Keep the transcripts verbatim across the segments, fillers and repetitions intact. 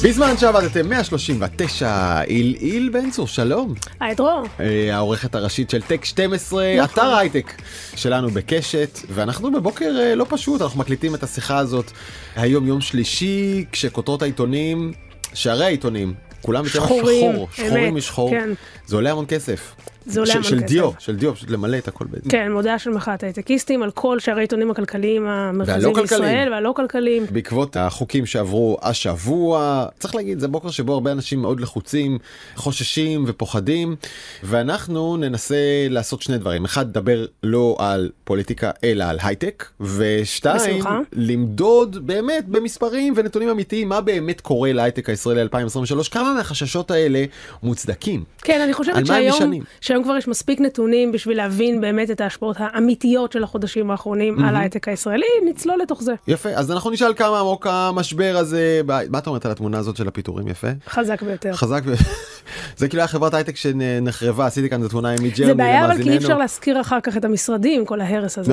בזמן שעבדתם מאה שלושים ותשע, איל בן צור, שלום. היי דרור. העורכת הראשית של טק שתים עשרה, אתר הייטק שלנו בקשת, ואנחנו בבוקר לא פשוט, אנחנו מקליטים את השיחה הזאת היום יום שלישי, כשכותרות העיתונים, שערי העיתונים, כולם בטבע שחור, שחורים משחור, כן. זה עולה המון כסף. זה עולה המון של כסף. דיו, של דיו, פשוט למלא את הכל בעצם. כן, מודעה של מחאת הייטקיסטים על כל שערי העיתונים הכלכליים המרכזיים בישראל והלא כלכליים. בעקבות החוקים שעברו השבוע, צריך להגיד, זה בוקר שבו הרבה אנשים מאוד לחוצים, חוששים ופוחדים, ואנחנו ננסה לעשות שני דברים. אחד, דבר לא על פוליטיקה, אלא על הייטק, ושתיים, בשמחה. למדוד באמת במספרים ונתונים אמיתיים, מה באמת קורה להייטק הישראלי אלפיים עשרים ושלוש, כמה מהחששות האלה מוצדקים. כן, אני חושבת שהיום, שהיום כבר יש מספיק נתונים בשביל להבין באמת את ההשפעות האמיתיות של החודשים האחרונים mm-hmm. על ההייטק הישראלי, נצלול לתוך זה. יפה, אז אנחנו נשאל כמה עמוק המשבר הזה, מה אתה אומרת על התמונה הזאת של הפיטורים, יפה? חזק ביותר. חזק ביותר. זה כאילו החברת הייטק שנחרבה, עשיתי כאן את התמונה עם מיג'רני. זה בעיה, אבל כי אי אפשר להזכיר אחר כך את המשרדים, כל ההרס הזה.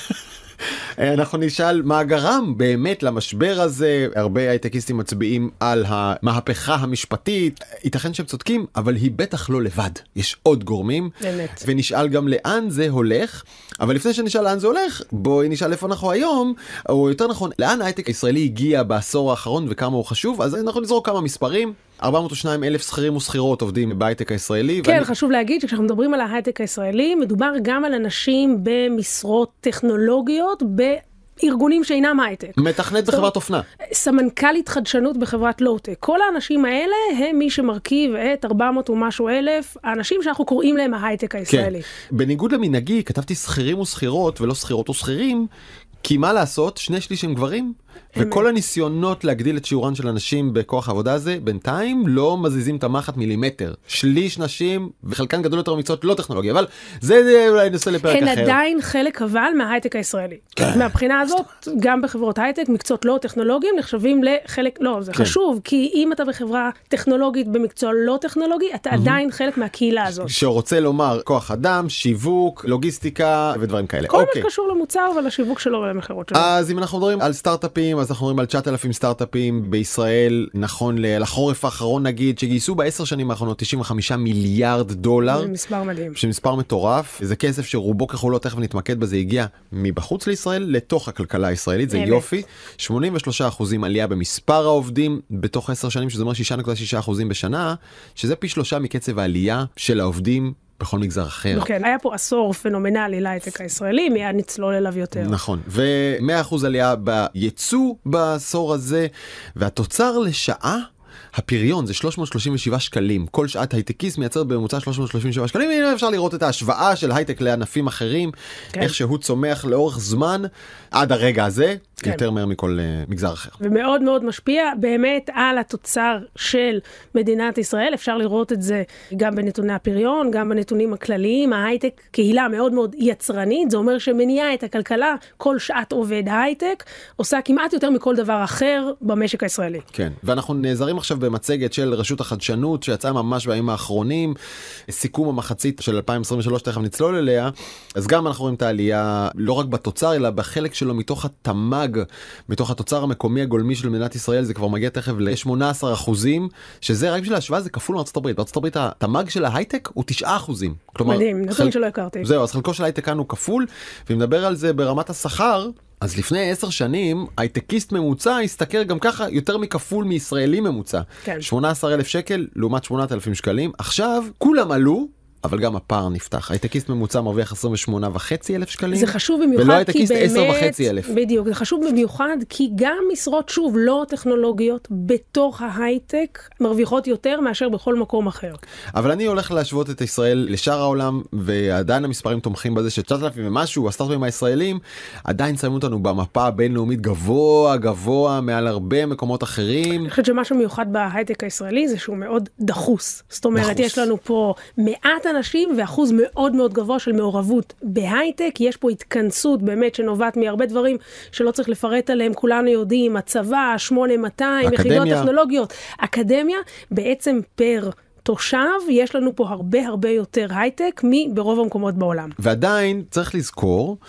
אנחנו נשאל מה גרם באמת למשבר הזה. הרבה הייטקיסטים מצביעים על המהפכה המשפטית, ייתכן שהם צודקים, אבל היא בטח לא לבד, יש עוד גורמים. באמת. ונשאל גם לאן זה הולך, אבל לפני שנשאל לאן זה הולך, בואי נשאל איפה אנחנו היום, או יותר נכון, לאן ההייטק הישראלי הגיע בעשור האחרון וכמה הוא חשוב. אז אנחנו נזרוק כמה מספרים. ארבע מאות ושניים אלף שכירים ושכירות עובדים בהייטק הישראלי. כן, ואני... חשוב להגיד שכשאנחנו מדברים על ההייטק הישראלי, מדובר גם על אנשים במשרות טכנולוגיות, בארגונים שאינם הייטק. מתכנת בחברת אופנה. סמנכ"לית חדשנות בחברת לוטק. כל האנשים האלה הם מי שמרכיב את ארבע מאות ומשהו אלף, האנשים שאנחנו קוראים להם ההייטק הישראלי. כן. בניגוד למנהגי, כתבתי שכירים ושכירות ולא שכירות ושכירים, כי מה לעשות, שני שליש הם גברים, וכל הניסיונות להגדיל את שיעורן של אנשים בכוח העבודה הזה, בינתיים לא מזיזים את המחט מילימטר. שליש נשים, וחלקן גדול יותר מקצועות לא טכנולוגיה, אבל זה, זה אולי נושא לפרק הן אחר. הן עדיין חלק אבל מההייטק הישראלי. מהבחינה הזאת, גם בחברות הייטק, מקצועות לא טכנולוגיים נחשבים לחלק, לא, זה חשוב, כי אם אתה בחברה טכנולוגית במקצוע לא טכנולוגי, אתה עדיין חלק מהקהילה הזאת. שרוצה לומר כוח אדם, שיווק, לוגיסטיקה ודברים כאלה. כל מה שקשור למוצר ולשיווק שלו ולמחירות שלו. אז אם אנחנו מדברים על סטארט-אפים, אז אנחנו מדברים על תשעת אלפים סטארט-אפים בישראל, נכון לחורף האחרון נגיד, שגייסו בעשר שנים האחרונות תשעים וחמישה מיליארד דולר. זה מספר מדהים. שמספר מטורף. זה כסף שרובו ככולו, תכף נתמקד בזה, הגיע מבחוץ לישראל לתוך הכלכלה הישראלית, זה יופי. שמונים ושלושה אחוזים עלייה במספר העובדים בתוך עשר שנים, שזה אומר שישה נקודה שישה אחוזים בשנה, שזה פי שלושה מקצב העלייה של העובדים בכל מגזר אחר. כן, היה פה עשור פנומנלי להייטק הישראלי, מיד נצלול אליו יותר. נכון, ו-מאה אחוז עלייה בייצוא בעשור הזה, והתוצר לשעה, הפריון זה שלוש מאות שלושים ושבעה שקלים. כל שעת הייטקיסט מייצרת בממוצע שלוש מאות שלושים ושבעה שקלים. הנה אפשר לראות את ההשוואה של הייטק לענפים אחרים, כן. איך שהוא צומח לאורך זמן, עד הרגע הזה, כן. יותר מהר מכל uh, מגזר אחר. ומאוד מאוד משפיע באמת על התוצר של מדינת ישראל. אפשר לראות את זה גם בנתוני הפריון, גם בנתונים הכלליים. ההייטק קהילה מאוד מאוד יצרנית, זה אומר שמניעה את הכלכלה, כל שעת עובד הייטק, עושה כמעט יותר מכל דבר אחר במשק הישראלי. כן, ואנחנו נעזרים עכשיו במצגת של רשות החדשנות, שיצאה ממש בימים האחרונים, סיכום המחצית של אלפיים עשרים ושלוש, תכף נצלול אליה, אז גם אנחנו רואים את העלייה, לא רק בתוצר, אלא בחלק שלו מתוך התמ"ג, מתוך התוצר המקומי הגולמי של מדינת ישראל, זה כבר מגיע תכף ל-שמונה עשר אחוזים, שזה רק בשביל ההשוואה, זה כפול מארצות הברית. בארצות הברית התמ"ג של ההייטק הוא תשעה אחוזים. מדהים, נתון חל... שלא הכרתי. זהו, אז חלקו של ההייטק כאן הוא כפול, ואם נדבר על זה ברמת השכר, אז לפני עשר שנים, הייטקיסט ממוצע הסתכר גם ככה יותר מכפול מישראלי ממוצע. כן. שמונה עשר אלף שקל לעומת שמונת אלפים שקלים. עכשיו, כולם עלו, אבל גם הפער נפתח. הייטקיסט ממוצע מרוויח עשרים ושמונה וחצי אלף שקלים. זה חשוב במיוחד ולא כי הייטקיסט באמת, עשר וחצי אלף. בדיוק, זה חשוב במיוחד כי גם משרות, שוב, לא טכנולוגיות, בתוך ההייטק, מרוויחות יותר מאשר בכל מקום אחר. אבל אני הולך להשוות את ישראל לשאר העולם, ועדיין המספרים תומכים בזה ש-תשעת אלפים ומשהו, הסטארט-אפים הישראלים, עדיין שמים אותנו במפה הבינלאומית גבוה, גבוה, מעל הרבה מקומות אחרים. אני חושבת שמשהו מיוחד בהייטק הישראלי זה שהוא מאוד דחוס. זאת אומרת, דחוס. יש לנו פה מעט אנשים ואחוז מאוד מאוד גבוה של מעורבות בהייטק. יש פה התכנסות באמת שנובעת מהרבה דברים שלא צריך לפרט עליהם. כולנו יודעים, הצבא, שמונה מאתיים, יחידות טכנולוגיות, אקדמיה, בעצם פר תושב, יש לנו פה הרבה הרבה יותר הייטק מברוב המקומות בעולם. ועדיין צריך לזכור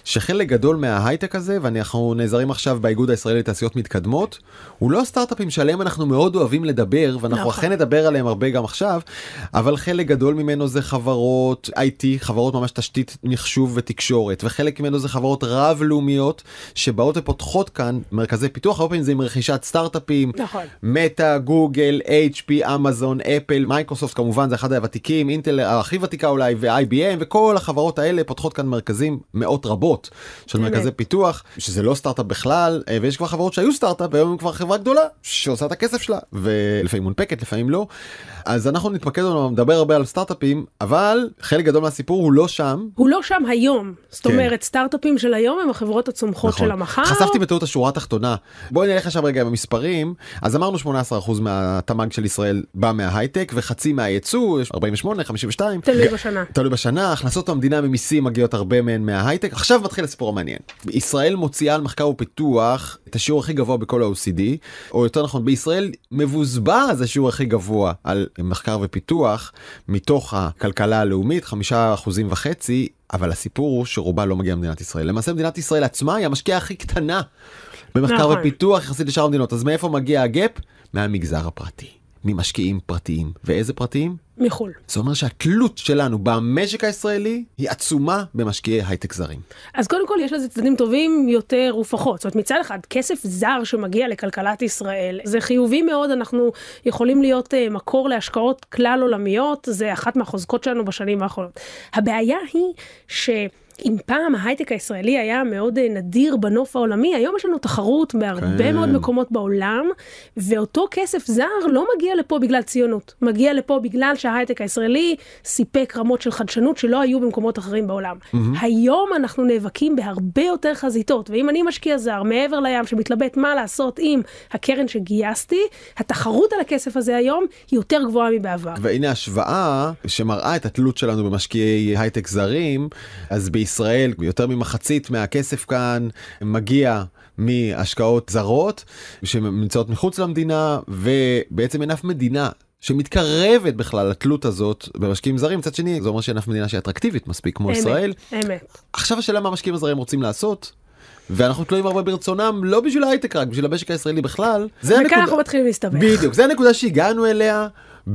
שחלק גדול מההייטק הזה, ואנחנו נעזרים עכשיו באיגוד הישראלי לתעשיות מתקדמות, הוא לא סטארט-אפים שעליהם אנחנו מאוד אוהבים לדבר, ואנחנו אכן נדבר עליהם הרבה גם עכשיו, אבל חלק גדול ממנו זה חברות איי טי, חברות ממש תשתית מחשוב ותקשורת, וחלק ממנו זה חברות רב-לאומיות, שבאות ופותחות כאן מרכזי פיתוח, הרבה פעמים זה עם רכישת סטארט-אפים, נכון. מטה, גוגל, אייץ' פי, אמזון, אפל, מייקרוסופט כמובן, זה אחד הוותיקים, אינטל, הכי ותיקה אולי, ו-איי בי אם, וכל החברות האלה פותחות כאן מרכזים מאות רבות של מרכזי פיתוח, שזה לא סטארט-אפ בכלל, ויש כבר חברות שהיו סטארט-אפ, והיום הם כבר חברה גדולה, שעושה את הכסף שלה, ולפעמים מונפקת, לפעמים לא. אז אנחנו נתמקד לנו, נדבר הרבה על סטארט-אפים, אבל חלק גדול מהסיפור הוא לא שם. הוא לא שם היום. זאת אומרת, סטארט-אפים של היום הם החברות הצומחות של המחר. חשפתי בטעות השורה התחתונה. בואי נלך עכשיו רגע עם המספרים. אז אמרנו שמונה עשרה אחוז מהתמ"ג של ישראל בא מההייטק, וחצי מהייצוא, ארבעים ושמונה, חמישים ושתיים. תלוי בשנה. תלוי בשנה. הכנסות המדינה ממיסים מגיעות הרבה מהן מההייטק. עכשיו מתחיל הסיפור המעניין. ישראל מוציאה על מחקר ופיתוח את השיעור הכי גבוה בכל ה-או אי סי די, או יותר נכון, בישראל מבוזבז השיעור הכי גבוה על מחקר ופיתוח, מתוך הכלכלה הלאומית, חמישה אחוזים וחצי, אבל הסיפור הוא שרובה לא מגיע למדינת ישראל. למעשה מדינת ישראל עצמה היא המשקיעה הכי קטנה במחקר ופיתוח יחסית לשאר המדינות. אז מאיפה מגיע הגאפ? מהמגזר הפרטי. ממשקיעים פרטיים. ואיזה פרטיים? מחול. זאת אומרת שהתלות שלנו במשק הישראלי היא עצומה במשקיעי הייטק זרים. אז קודם כל יש לזה צדדים טובים יותר ופחות. זאת אומרת, מצד אחד, כסף זר שמגיע לכלכלת ישראל, זה חיובי מאוד, אנחנו יכולים להיות uh, מקור להשקעות כלל עולמיות, זה אחת מהחוזקות שלנו בשנים האחרונות. הבעיה היא ש... אם פעם ההייטק הישראלי היה מאוד נדיר בנוף העולמי, היום יש לנו תחרות בהרבה כן. מאוד מקומות בעולם, ואותו כסף זר לא מגיע לפה בגלל ציונות. מגיע לפה בגלל שההייטק הישראלי סיפק רמות של חדשנות שלא היו במקומות אחרים בעולם. Mm-hmm. היום אנחנו נאבקים בהרבה יותר חזיתות, ואם אני משקיע זר מעבר לים שמתלבט מה לעשות עם הקרן שגייסתי, התחרות על הכסף הזה היום היא יותר גבוהה מבעבר. והנה השוואה שמראה את התלות שלנו במשקיעי הייטק זרים, אז ב ישראל, יותר ממחצית מהכסף כאן מגיע מהשקעות זרות שנמצאות מחוץ למדינה, ובעצם אין אף מדינה שמתקרבת בכלל לתלות הזאת במשקיעים זרים. מצד שני, זה אומר שאין אף מדינה שהיא אטרקטיבית מספיק כמו אמת, ישראל. אמת. עכשיו השאלה מה המשקיעים הזרים רוצים לעשות, ואנחנו תלויים הרבה ברצונם, לא בשביל ההייטק רק, בשביל המשק הישראלי בכלל. וכאן הנקודה... אנחנו מתחילים להסתבך. בדיוק, זה הנקודה שהגענו אליה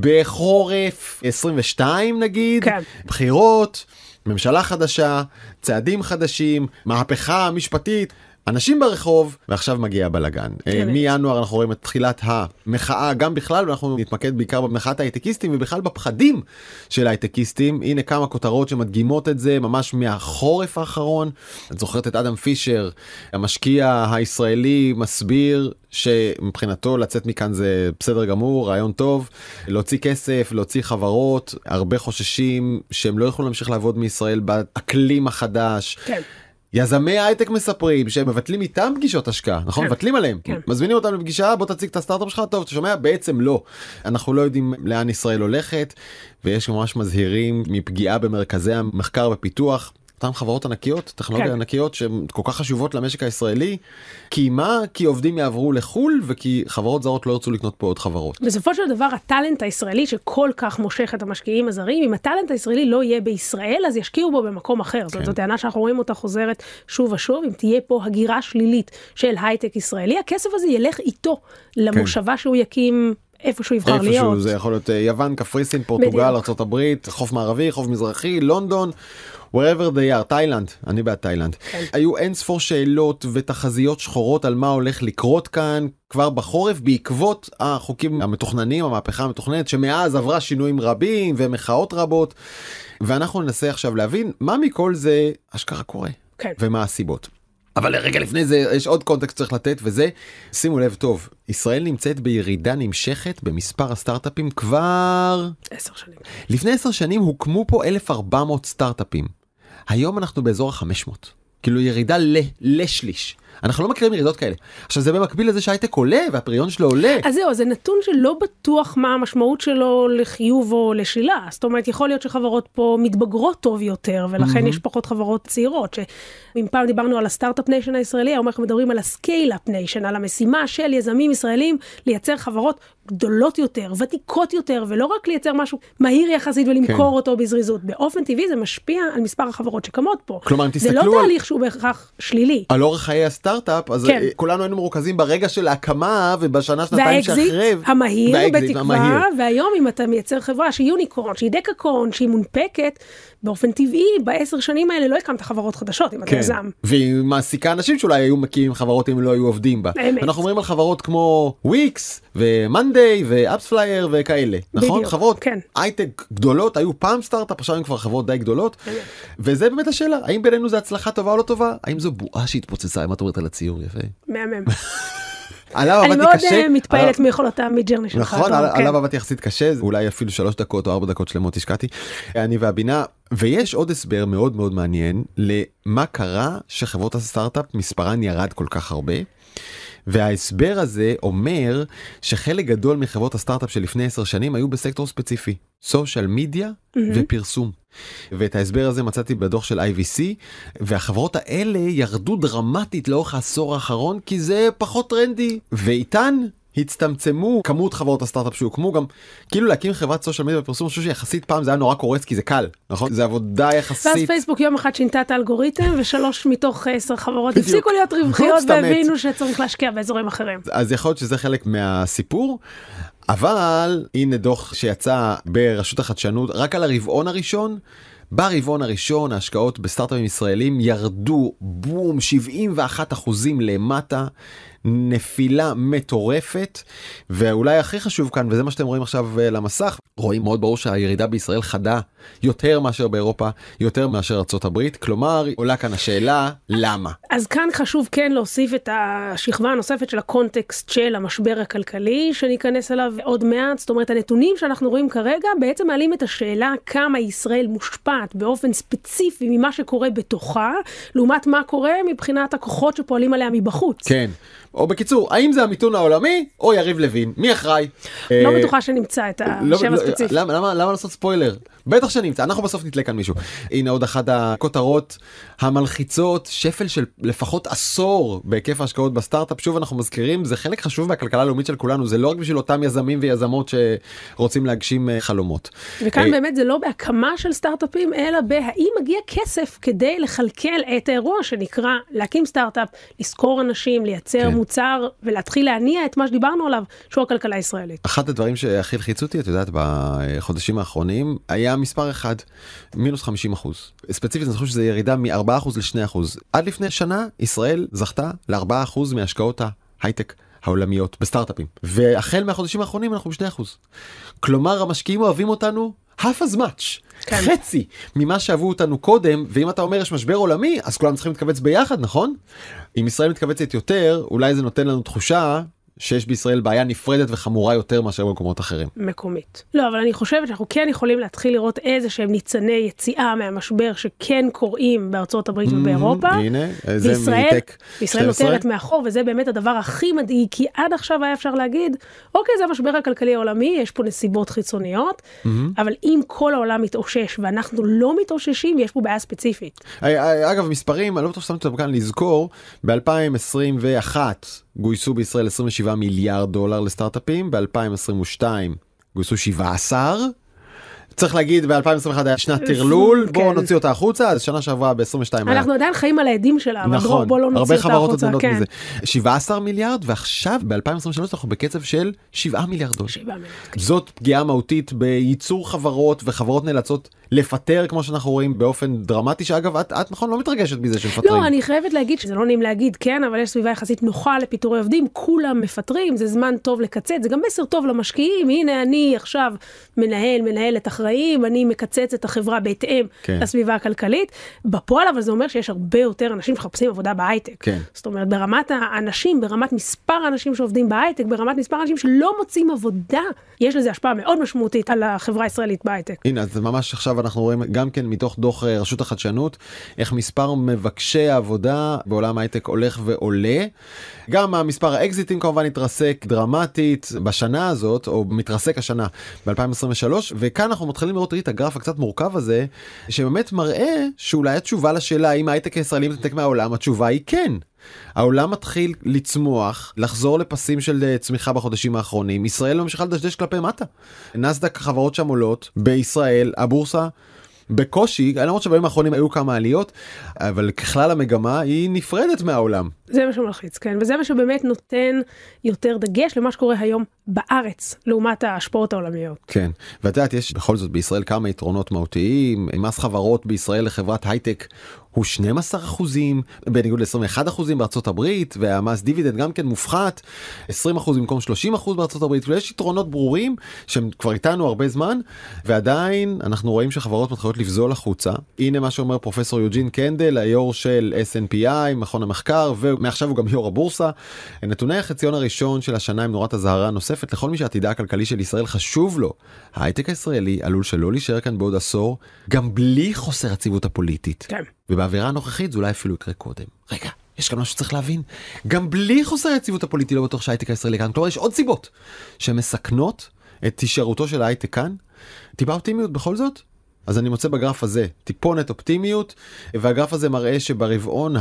בחורף עשרים ושתיים נגיד, כן. בחירות, ממשלה חדשה, צעדים חדשים, מהפכה משפטית, אנשים ברחוב, ועכשיו מגיע הבלגן. מינואר אנחנו רואים את תחילת המחאה גם בכלל, ואנחנו נתמקד בעיקר במחאת ההייטקיסטים, ובכלל בפחדים של ההייטקיסטים. הנה כמה כותרות שמדגימות את זה, ממש מהחורף האחרון. את זוכרת את אדם פישר, המשקיע הישראלי, מסביר שמבחינתו לצאת מכאן זה בסדר גמור, רעיון טוב, להוציא כסף, להוציא חברות, הרבה חוששים שהם לא יכולים להמשיך לעבוד מישראל באקלים החדש. כן. יזמי הייטק מספרים שהם מבטלים איתם פגישות השקעה, נכון? מבטלים עליהם. מזמינים אותם לפגישה, בוא תציג את הסטארט-אפ שלך, טוב, אתה שומע? בעצם לא. אנחנו לא יודעים לאן ישראל הולכת, ויש ממש מזהירים מפגיעה במרכזי המחקר ופיתוח. אותם חברות ענקיות, טכנולוגיה ענקיות, שהן כל כך חשובות למשק הישראלי, כי מה? כי עובדים יעברו לחול, וכי חברות זרות לא ירצו לקנות פה עוד חברות. בסופו של דבר, הטלנט הישראלי שכל כך מושך את המשקיעים הזרים, אם הטלנט הישראלי לא יהיה בישראל, אז ישקיעו בו במקום אחר. זאת אומרת, טענה שאנחנו רואים אותה חוזרת שוב ושוב, אם תהיה פה הגירה שלילית של הייטק ישראלי, הכסף הזה ילך איתו למושבה שהוא יקים איפה שהוא יבחר להיות. איפשהו, זה יכול להיות יוון, קפריסין, פורטוגל, ארצות הברית, חוף מערבי, חוף מזרחי, לונדון, wherever they are, תאילנד, אני בעד תאילנד. כן. היו אין ספור שאלות ותחזיות שחורות על מה הולך לקרות כאן כבר בחורף, בעקבות החוקים המתוכננים, המהפכה המתוכננת, שמאז עברה שינויים רבים ומחאות רבות, ואנחנו ננסה עכשיו להבין מה מכל זה אשכרה קורה, כן. ומה הסיבות. אבל רגע לפני זה יש עוד קונטקסט צריך לתת, וזה, שימו לב טוב, ישראל נמצאת בירידה נמשכת במספר הסטארט-אפים כבר... עשר שנים. לפני עשר שנים הוקמו פה אלף וארבע מאות סטארט-אפים. היום אנחנו באזור ה-חמש מאות. כאילו ירידה ל- לשליש. אנחנו לא מכירים ירידות כאלה. עכשיו זה במקביל לזה שהייטק עולה והפריון שלו עולה. אז זהו, זה נתון שלא בטוח מה המשמעות שלו לחיוב או לשלילה. זאת אומרת, יכול להיות שחברות פה מתבגרות טוב יותר, ולכן mm-hmm. יש פחות חברות צעירות, שאם פעם דיברנו על הסטארט-אפ ניישן הישראלי, היום אנחנו מדברים על הסקייל-אפ ניישן, על המשימה של יזמים ישראלים לייצר חברות גדולות יותר, ותיקות יותר, ולא רק לייצר משהו מהיר יחסית ולמכור כן. אותו בזריזות. באופן טבעי זה משפיע על מספר החברות שקמות פה. כלומר, אם זה לא על... תהליך שהוא בהכרח שלילי. על אורך חיי הסטארט-אפ, אז כן. כולנו היינו מרוכזים ברגע של ההקמה, ובשנה שנתיים שאחרי... והאקזיט המהיר, והאקזיט בתקווה, המהיר. והיום אם אתה מייצר חברה שהיא יוניקורן, שהיא דקקורן, שהיא מונפקת, באופן טבעי, בעשר שנים האלה לא הקמת חברות חדשות, אם אתה יזם. והיא מעסיקה אנשים שאולי היו מקימים חברות אם לא היו עובדים בה. באמת. אנחנו אומרים על חברות כמו וויקס, ומנדיי, ואפספלייר וכאלה. נכון? חברות הייטק גדולות, היו פעם סטארט-אפ, עכשיו הם כבר חברות די גדולות. וזה באמת השאלה, האם בינינו זה הצלחה טובה או לא טובה? האם זו בועה שהתפוצצה, אם את אומרת על הציור, יפה. מהמם. אני מאוד מתפעלת מיכולתה מג'רני שלך. נכון, עליו עבדתי יחסית קשה, אולי אפילו שלוש דקות או ארבע דקות שלמות השקעתי, אני והבינה, ויש עוד הסבר מאוד מאוד מעניין למה קרה שחברות הסטארט-אפ מספרן ירד כל כך הרבה, וההסבר הזה אומר שחלק גדול מחברות הסטארט-אפ שלפני עשר שנים היו בסקטור ספציפי, סושיאל מדיה ופרסום. ואת ההסבר הזה מצאתי בדוח של איי וי סי, והחברות האלה ירדו דרמטית לאורך העשור האחרון, כי זה פחות טרנדי, ואיתן הצטמצמו כמות חברות הסטארט-אפ שהוקמו, גם כאילו להקים חברת סושיאל מדיה ופרסום, משהו שיחסית פעם זה היה נורא קורץ, כי זה קל, נכון? זה עבודה יחסית. ואז פייסבוק יום אחד שינתה את האלגוריתם, ושלוש מתוך עשר חברות הפסיקו להיות רווחיות, והבינו שצריך להשקיע באזורים אחרים. אז יכול להיות שזה חלק מהסיפור, אבל הנה דוח שיצא ברשות החדשנות, רק על הרבעון הראשון, ברבעון הראשון ההשקעות בסטארט-אפים ישראלים ירדו בום שבעים ואחד אחוזים למטה, נפילה מטורפת, ואולי הכי חשוב כאן, וזה מה שאתם רואים עכשיו למסך, רואים מאוד ברור שהירידה בישראל חדה יותר מאשר באירופה, יותר מאשר ארצות הברית, כלומר עולה כאן השאלה למה. אז כאן חשוב כן להוסיף את השכבה הנוספת של הקונטקסט של המשבר הכלכלי, שניכנס אליו עוד מעט, זאת אומרת הנתונים שאנחנו רואים כרגע בעצם מעלים את השאלה כמה ישראל מושפעת באופן ספציפי ממה שקורה בתוכה, לעומת מה קורה מבחינת הכוחות שפועלים עליה מבחוץ. כן. או בקיצור, האם זה המיתון העולמי או יריב לוין? מי אחראי? לא בטוחה שנמצא את השם הספציפי. למה, למה, למה לעשות ספוילר? בטח שנמצא, אנחנו בסוף נתלה כאן מישהו. הנה עוד אחת הכותרות המלחיצות, שפל של לפחות עשור בהיקף ההשקעות בסטארט-אפ. שוב אנחנו מזכירים, זה חלק חשוב מהכלכלה הלאומית של כולנו, זה לא רק בשביל אותם יזמים ויזמות שרוצים להגשים חלומות. וכאן באמת זה לא בהקמה של סטארט-אפים, אלא בהאם מגיע כסף כדי לחלקל את האירוע שנקרא להקים סטארט-אפ, לזכור אנשים, לייצר מוצר ולהתחיל להניע את מה שדיברנו עליו, שהוא הכלכלה הישראלית. אחד הדברים שהכי לחיצו אותי, את יודעת, בחודשים האחרונים, היה מספר אחד, מינוס חמישים אחוז. ספציפית, אני חושב שזה ירידה מ-ארבעה אחוז ל-שני אחוז. עד לפני שנה, ישראל זכתה ל-ארבעה אחוז מהשקעות ההייטק העולמיות בסטארט-אפים. והחל מהחודשים האחרונים אנחנו ב-שני אחוז. כלומר, המשקיעים אוהבים אותנו half as much. כן. חצי ממה שאהבו אותנו קודם, ואם אתה אומר יש משבר עולמי, אז כולם צריכים להתכווץ ביחד, נכון? אם ישראל מתכווצת יותר, אולי זה נותן לנו תחושה שיש בישראל בעיה נפרדת וחמורה יותר מאשר במקומות אחרים. מקומית. לא, אבל אני חושבת שאנחנו כן יכולים להתחיל לראות איזה שהם ניצני יציאה מהמשבר שכן קוראים בארצות הברית ובאירופה. הנה, זה מייטק. בישראל נותרת מאחור, וזה באמת הדבר הכי מדאיג, כי עד עכשיו היה אפשר להגיד, אוקיי, זה המשבר הכלכלי העולמי, יש פה נסיבות חיצוניות, אבל אם כל העולם מתאושש ואנחנו לא מתאוששים, יש פה בעיה ספציפית. אגב, מספרים, אני לא בטוח ששמתי אותם כאן לזכור, ב-אלפיים עשרים ואחת גויסו בישראל עשרים ושבעה מיליארד דולר לסטארט-אפים, ב-אלפיים עשרים ושתיים גויסו שבעה עשר, צריך להגיד ב-אלפיים עשרים ואחת היה שנת תרלול, בואו נוציא אותה החוצה, אז שנה שעברה ב-עשרים ושתיים. אנחנו עדיין חיים על העדים שלה, נכון, בואו לא נוציא אותה החוצה. מזה. שבעה עשר מיליארד, ועכשיו ב-אלפיים עשרים ושלוש אנחנו בקצב של שבעה מיליארד דולר. זאת פגיעה מהותית בייצור חברות, וחברות נאלצות לפטר, כמו שאנחנו רואים, באופן דרמטי, שאגב, את, את נכון, לא מתרגשת בזה שמפטרים. לא, אני חייבת להגיד שזה לא נעים להגיד, כן, אבל יש סביבה יחסית נוחה לפיטורי עובדים, כולם מפטרים, זה זמן טוב לקצץ, זה גם מסר טוב למשקיעים, הנה אני עכשיו מנהל, מנהלת אחראים, אני מקצץ את החברה בהתאם כן. לסביבה הכלכלית, בפועל, אבל זה אומר שיש הרבה יותר אנשים שחפשים עבודה בהייטק. כן. זאת אומרת, ברמת האנשים, ברמת מספר האנשים שעובדים בהייטק, ברמת מספר האנשים שלא מוצאים עבודה, יש לזה השפעה מאוד משמעותית על החברה הישראלית בהייטק. הנה, אז ממש עכשיו אנחנו רואים גם כן מתוך דוח רשות החדשנות, איך מספר מבקשי העבודה בעולם ההייטק הולך ועולה. גם המספר האקזיטים כמובן התרסק דרמטית בשנה הזאת, או מתרסק השנה ב-אלפיים עשרים ושלוש, וכאן אנחנו מתחילים לראות את הגרף הקצת מורכב הזה, שבאמת מראה שאולי התשובה לשאלה האם ההייטק הישראלי מתנתק מהעולם, התשובה היא כן. העולם מתחיל לצמוח, לחזור לפסים של צמיחה בחודשים האחרונים. ישראל לא ממשיכה לדשדש כלפי מטה. נסדק חברות שם עולות, בישראל, הבורסה בקושי, למרות שבימים האחרונים היו כמה עליות, אבל ככלל המגמה היא נפרדת מהעולם. זה מה שמלחיץ, כן, וזה מה שבאמת נותן יותר דגש למה שקורה היום בארץ, לעומת ההשפעות העולמיות. כן, ואת יודעת, יש בכל זאת בישראל כמה יתרונות מהותיים, מס חברות בישראל לחברת הייטק הוא שנים עשר אחוזים, בניגוד ל-עשרים ואחד אחוזים בארצות הברית, והמס דיבידנד גם כן מופחת, עשרים אחוז במקום שלושים אחוז בארצות הברית, ויש יתרונות ברורים שהם כבר איתנו הרבה זמן, ועדיין אנחנו רואים שחברות מתחילות לבזול החוצה. הנה מה שאומר פרופסור יוג'ין קנדל, היו"ר של אס אנד פי איי, מכון המחקר, ומעכשיו הוא גם יו"ר הבורסה. נתוני החציון הראשון של השנה עם נורת הזהרה נוספת לכל מי שהעתידה הכלכלי של ישראל חשוב לו. ההייטק הישראלי עלול שלא להישאר כאן בעוד עשור, גם בלי חוסר הציבות הפוליטית. כן. ובאווירה הנוכחית זה אולי אפילו יקרה קודם. רגע, יש כאן משהו שצריך להבין. גם בלי חוסר היציבות הפוליטית לא בטוח שההייטק הישראלי כאן. כלומר, יש עוד סיבות שמסכנות את הישארותו של ההייטק כאן. טיפה אופטימיות בכל זאת? אז אני מוצא בגרף הזה טיפונת אופטימיות, והגרף הזה מראה שברבעון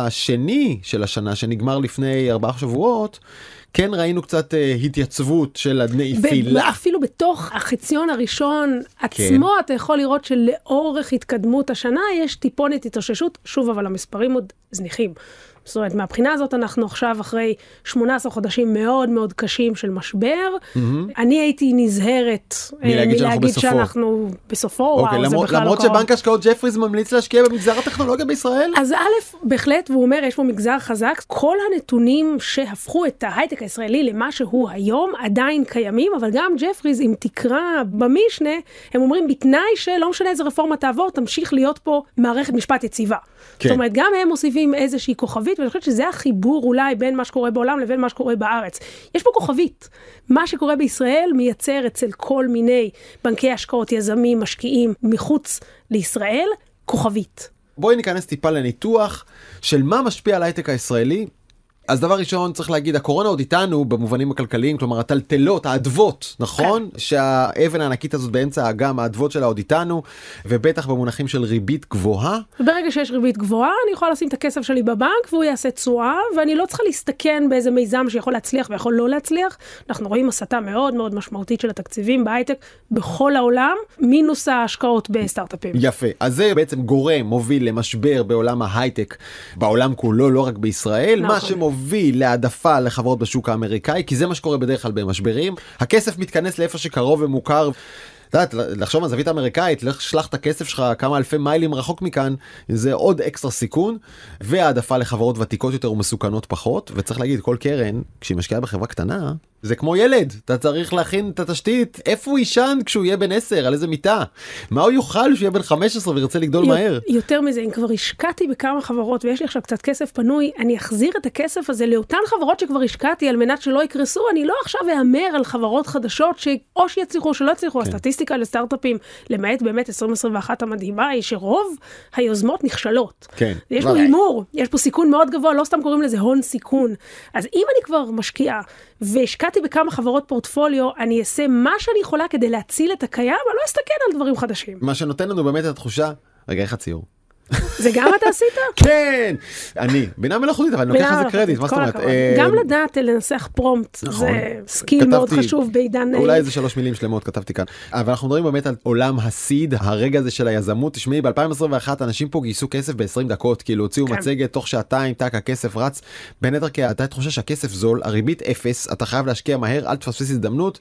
השני של השנה, שנגמר לפני ארבעה שבועות, כן ראינו קצת uh, התייצבות של הנפילה. אפילו בתוך החציון הראשון עצמו, כן. אתה יכול לראות שלאורך התקדמות השנה יש טיפונת התאוששות, שוב אבל המספרים עוד זניחים. זאת אומרת, מהבחינה הזאת אנחנו עכשיו אחרי שמונה עשרה חודשים מאוד מאוד קשים של משבר. Mm-hmm. אני הייתי נזהרת מלהגיד שאנחנו בסופו. שאנחנו בסופו, אוקיי, וואו, למרות, זה בכלל למרות שבנק השקעות ג'פריז ממליץ להשקיע במגזר הטכנולוגיה בישראל? אז א', בהחלט, והוא אומר, יש פה מגזר חזק, כל הנתונים שהפכו את ההייטק הישראלי למה שהוא היום עדיין קיימים, אבל גם ג'פריז, אם תקרא במשנה, הם אומרים, בתנאי שלא משנה איזה רפורמה תעבור, תמשיך להיות פה מערכת משפט יציבה. כן. זאת אומרת, גם הם מוסיפים איזושהי כוכבית, ואני חושבת שזה החיבור אולי בין מה שקורה בעולם לבין מה שקורה בארץ. יש פה כוכבית. מה שקורה בישראל מייצר אצל כל מיני בנקי השקעות, יזמים, משקיעים מחוץ לישראל, כוכבית. בואי ניכנס טיפה לניתוח של מה משפיע על ההייטק הישראלי. אז דבר ראשון צריך להגיד, הקורונה עוד איתנו במובנים הכלכליים, כלומר הטלטלות, האדוות, נכון? כן. שהאבן הענקית הזאת באמצע האגם, האדוות שלה עוד איתנו, ובטח במונחים של ריבית גבוהה. וברגע שיש ריבית גבוהה, אני יכולה לשים את הכסף שלי בבנק, והוא יעשה תשואה, ואני לא צריכה להסתכן באיזה מיזם שיכול להצליח ויכול לא להצליח. אנחנו רואים הסתה מאוד מאוד משמעותית של התקציבים בהייטק בכל העולם, מינוס ההשקעות בסטארט-אפים. יפה. אז זה בעצם גורם, מוביל למשבר בעולם ההייטק, בעולם כולו, לא רק בישראל. נכון. מה שמוביל מוביל להעדפה לחברות בשוק האמריקאי, כי זה מה שקורה בדרך כלל במשברים. הכסף מתכנס לאיפה שקרוב ומוכר. יודעת, לחשוב על זווית אמריקאית, לך שלח את הכסף שלך כמה אלפי מיילים רחוק מכאן, זה עוד אקסטרה סיכון, והעדפה לחברות ותיקות יותר ומסוכנות פחות, וצריך להגיד, כל קרן, כשהיא משקיעה בחברה קטנה, זה כמו ילד, אתה צריך להכין את התשתית, איפה הוא יישן כשהוא יהיה בן עשר, על איזה מיטה, מה הוא יוכל כשהוא יהיה בן חמש עשרה וירצה לגדול מהר. יותר מזה, אם כבר השקעתי בכמה חברות, ויש לי עכשיו קצת כסף פנוי, אני אחזיר את הכסף הזה לאותן חברות שכבר השקעתי, על מנת שלא יקרסו, אני לא עכשיו אאמר על חברות חדשות, שאו שיצליחו או שלא יצליחו. הסטטיסטיקה לסטארט-אפים, למעט באמת עשרים עשרים ואחת המדהימה, היא שרוב היוזמות נכשלות. כן. יש פה הימור, יש פה סיכון מאוד גבוה, לא סתם קוראים לזה הון סיכון. אז אם אני כבר משקיעה, והשקעתי בכמה חברות פורטפוליו, אני אעשה מה שאני יכולה כדי להציל את הקיים, אבל לא אסתכן על דברים חדשים. מה שנותן לנו באמת את התחושה, רגע, איך הציור? זה גם אתה עשית? כן! אני, בינה מלאכותית, אבל אני לוקח לזה קרדיט, מה זאת אומרת? גם לדעת לנסח פרומפט, זה סקיל מאוד חשוב בעידן... אולי איזה שלוש מילים שלמות כתבתי כאן. אבל אנחנו מדברים באמת על עולם הסיד, הרגע הזה של היזמות. תשמעי, ב-אלפיים עשרים ואחת אנשים פה גייסו כסף ב-עשרים דקות, כאילו הוציאו מצגת, תוך שעתיים, טק, הכסף רץ. בין היתר, כי אתה חושב שהכסף זול, הריבית אפס, אתה חייב להשקיע מהר, אל תפספס הזדמנות.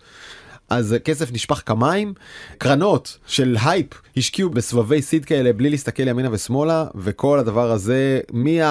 אז כסף נשפך כמיים, קרנות של הייפ השקיעו בסבבי סיד כאלה בלי להסתכל ימינה ושמאלה, וכל הדבר הזה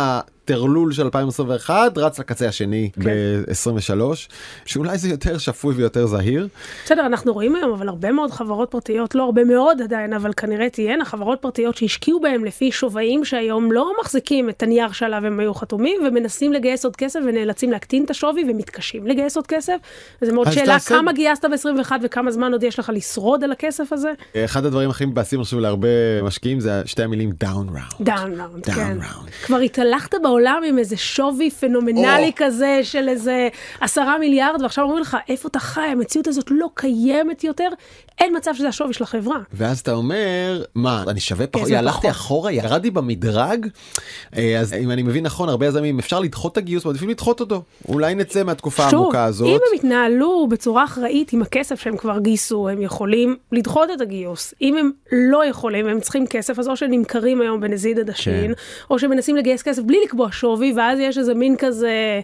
מהטרלול של אלפיים עשרים ואחת רץ לקצה השני כן. ב-עשרים ושלוש, שאולי זה יותר שפוי ויותר זהיר. בסדר, אנחנו רואים היום, אבל הרבה מאוד חברות פרטיות, לא הרבה מאוד עדיין, אבל כנראה תהיינה חברות פרטיות שהשקיעו בהם לפי שווים שהיום לא מחזיקים את הנייר שעליו הם היו חתומים, ומנסים לגייס עוד כסף ונאלצים להקטין את השווי ומתקשים לגייס עוד כסף. זה מאוד שאלה תעשה... כמה גייסת ב-עשרים ואחת וכמה זמן עוד יש לך לשרוד על הכסף הזה. אחד הדברים הכי מבאסים עכשיו להרבה משקיעים זה שתי המילים down round. down round, כן. כבר התהלכת בעולם בעולם עם איזה שווי פנומנלי כזה של איזה עשרה מיליארד, ועכשיו אומרים לך, איפה אתה חי? המציאות הזאת לא קיימת יותר, אין מצב שזה השווי של החברה. ואז אתה אומר, מה, אני שווה פחות, הלכתי אחורה, ירדתי במדרג, אז אם אני מבין נכון, הרבה יזמים, אפשר לדחות את הגיוס, מעדיפים לדחות אותו. אולי נצא מהתקופה העמוקה הזאת. שוב, אם הם התנהלו בצורה אחראית עם הכסף שהם כבר גייסו, הם יכולים לדחות את הגיוס. אם הם לא יכולים, הם צריכים כסף, אז או שנמכרים היום בנזיד עדשים, או שמנסים לגייס כסף בלי לקבוע שווי, ואז יש איזה מין כזה,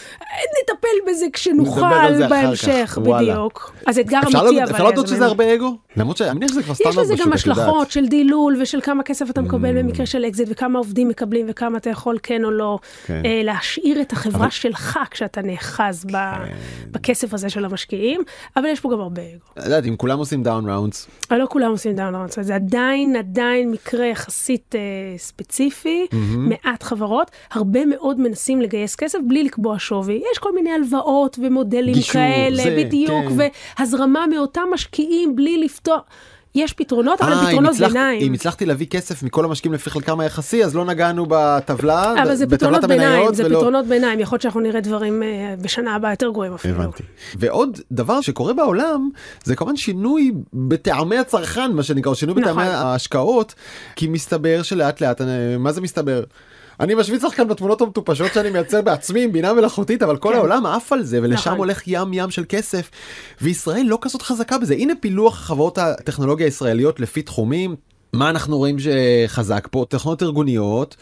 נטפל בזה כשנוכל בהמשך, בדיוק. אז אתגר אמיתי, אבל... אפשר לדעות שזה הרבה אגו? למרות שאני מניח שזה כבר סטנדרט בשוק, יש לזה גם השלכות של דילול, ושל כמה כסף אתה מקבל במקרה של אקזיט, וכמה עובדים מקבלים, וכמה אתה יכול כן או לא, להשאיר את החברה שלך, כשאתה נאחז בכסף הזה של המשקיעים, אבל יש פה גם הרבה אגו. יודעת, אם כולם עושים דאון ראונדס. לא כולם עושים דאון ראונדס, זה עדיין, עדיין מקרה יחסית ספציפי, מעט חברות, הרבה מאוד מנסים לגייס כסף בלי לקבוע שווי. יש כל מיני הלוואות ומודלים כאלה, בדיוק, והזרמה מאותם משקיעים בלי לפתוח. יש פתרונות, אבל פתרונות ביניים. אם הצלחתי להביא כסף מכל המשקיעים לפי חלקם היחסי, אז לא נגענו בטבלה, אבל זה פתרונות ביניים, זה פתרונות ביניים. יכול להיות שאנחנו נראה דברים בשנה הבאה יותר גרועים אפילו. הבנתי. ועוד דבר שקורה בעולם, זה כמובן שינוי בטעמי הצרכן, מה שנקרא, שינוי בטעמי ההשקעות, כי מסתבר שלאט לאט, מה זה מסתבר? אני משוויץ לך כאן בתמונות המטופשות שאני מייצר בעצמי עם בינה מלאכותית, אבל כל העולם עף על זה, ולשם הולך ים ים של כסף, וישראל לא כזאת חזקה בזה. הנה פילוח חברות הטכנולוגיה הישראליות לפי תחומים, מה אנחנו רואים שחזק פה? תכנות ארגוניות,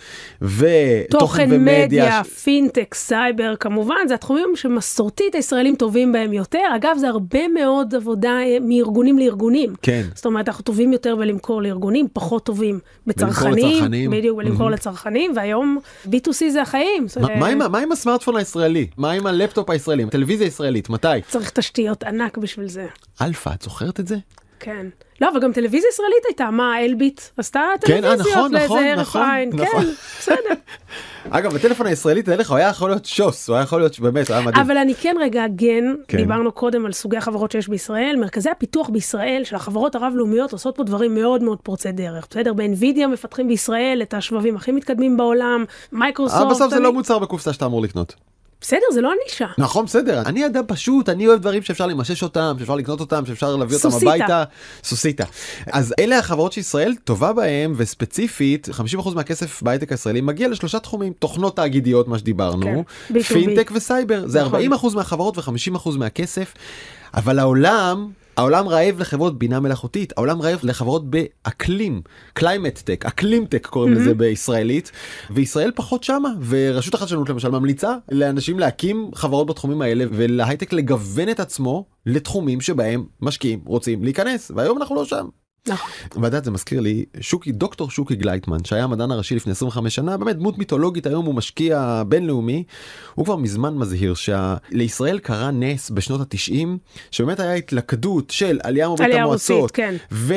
ותוכן ומדיה. תוכן מדיה, פינטק, סייבר, כמובן, זה התחומים שמסורתית הישראלים טובים בהם יותר. אגב, זה הרבה מאוד עבודה מארגונים לארגונים. כן. זאת אומרת, אנחנו טובים יותר בלמכור לארגונים, פחות טובים בצרכנים. בדיוק, בלמכור לצרכנים, והיום בי טו סי זה החיים. מה עם הסמארטפון הישראלי? מה עם הלפטופ הישראלי? הטלוויזיה הישראלית? מתי? צריך תשתיות ענק בשביל זה. אלפא, את זוכרת את זה? כן. לא, אבל גם טלוויזיה ישראלית הייתה, מה, אלביט? עשתה טלוויזיות לאיזה ערב עין. כן, בסדר. אגב, בטלפון הישראלי, תדע לך, הוא היה יכול להיות שוס, הוא היה יכול להיות, באמת, הוא היה מדהים. אבל אני כן רגע אגן, דיברנו קודם על סוגי החברות שיש בישראל, מרכזי הפיתוח בישראל של החברות הרב-לאומיות עושות פה דברים מאוד מאוד פורצי דרך. בסדר, באנווידיה מפתחים בישראל את השבבים הכי מתקדמים בעולם, מייקרוסופט. אבל בסוף זה לא מוצר בקופסה שאתה אמור לקנות. בסדר, זה לא הנישה. נכון, בסדר. אני אדם פשוט, אני אוהב דברים שאפשר למשש אותם, שאפשר לקנות אותם, שאפשר להביא אותם הביתה. סוסיטה. אז אלה החברות שישראל טובה בהם, וספציפית, חמישים אחוז מהכסף בהייטק הישראלי מגיע לשלושה תחומים, תוכנות תאגידיות, מה שדיברנו, פינטק וסייבר. זה ארבעים אחוז מהחברות ו-חמישים אחוז מהכסף. אבל העולם... העולם רעב לחברות בינה מלאכותית, העולם רעב לחברות באקלים, climate tech, אקלים טק קוראים לזה בישראלית, וישראל פחות שמה, ורשות החדשנות למשל ממליצה לאנשים להקים חברות בתחומים האלה, ולהייטק לגוון את עצמו לתחומים שבהם משקיעים רוצים להיכנס, והיום אנחנו לא שם. ועדת זה מזכיר לי שוקי, דוקטור שוקי גלייטמן, שהיה המדען הראשי לפני עשרים וחמש שנה, באמת דמות מיתולוגית, היום הוא משקיע בינלאומי, הוא כבר מזמן מזהיר שלישראל קרה נס בשנות התשעים, שבאמת היה התלכדות של עלייה מברית המועצות, כן.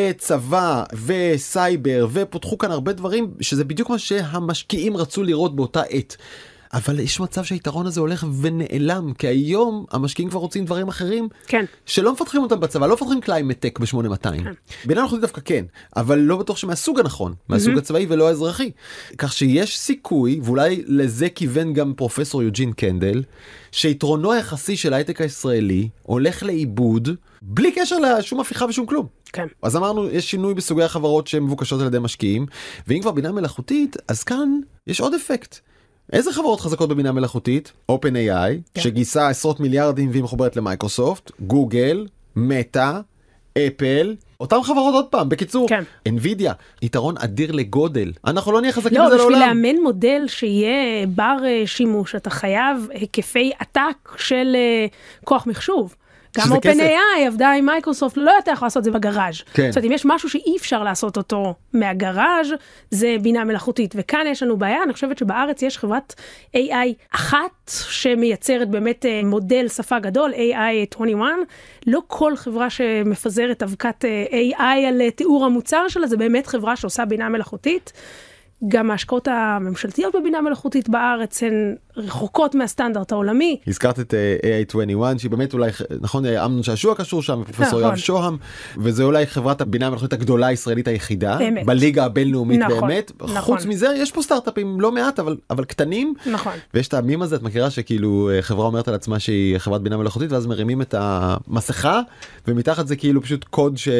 וצבא וסייבר, ופותחו כאן הרבה דברים, שזה בדיוק מה שהמשקיעים רצו לראות באותה עת. אבל יש מצב שהיתרון הזה הולך ונעלם, כי היום המשקיעים כבר רוצים דברים אחרים, כן. שלא מפתחים אותם בצבא, לא מפתחים קליימט טק ב-שמונה מאתיים. כן. בינה מלאכותית דווקא כן, אבל לא בטוח שמהסוג הנכון, מהסוג mm-hmm. הצבאי ולא האזרחי. כך שיש סיכוי, ואולי לזה כיוון גם פרופסור יוג'ין קנדל, שיתרונו היחסי של ההייטק הישראלי הולך לאיבוד, בלי קשר לשום הפיכה ושום כלום. כן. אז אמרנו, יש שינוי בסוגי החברות שהן מבוקשות על ידי משקיעים, ואם כבר בינה מלאכותית, אז כאן יש עוד אפקט. איזה חברות חזקות בבינה מלאכותית? OpenAI, כן. שגייסה עשרות מיליארדים והיא מחוברת למייקרוסופט, גוגל, מטא, אפל, אותם חברות עוד פעם, בקיצור, כן. NVIDIA, יתרון אדיר לגודל. אנחנו לא נהיה חזקים לא, בזה לעולם. לא, בשביל לאמן מודל שיהיה בר שימוש, אתה חייב היקפי עתק של כוח מחשוב. גם OpenAI עבדה עם מייקרוסופט, לא יותר יכול לעשות את זה בגראז'. כן. זאת אומרת, אם יש משהו שאי אפשר לעשות אותו מהגראז', זה בינה מלאכותית. וכאן יש לנו בעיה, אני חושבת שבארץ יש חברת איי איי אחת, שמייצרת באמת מודל שפה גדול, איי איי עשרים ואחת. לא כל חברה שמפזרת אבקת איי איי על תיאור המוצר שלה, זה באמת חברה שעושה בינה מלאכותית. גם ההשקעות הממשלתיות בבינה מלאכותית בארץ הן רחוקות מהסטנדרט העולמי. הזכרת את איי איי עשרים ואחת שהיא באמת אולי, נכון, אמנון שעשוע קשור שם, פרופסור יואב שוהם, וזה אולי חברת הבינה המלאכותית הגדולה הישראלית היחידה, באמת. בליגה הבינלאומית נכון, באמת. נכון. חוץ מזה יש פה סטארט-אפים לא מעט, אבל, אבל קטנים. נכון. ויש את המים הזה, את מכירה שכאילו חברה אומרת על עצמה שהיא חברת בינה מלאכותית, ואז מרימים את המסכה, ומתחת זה כאילו פשוט קוד ש...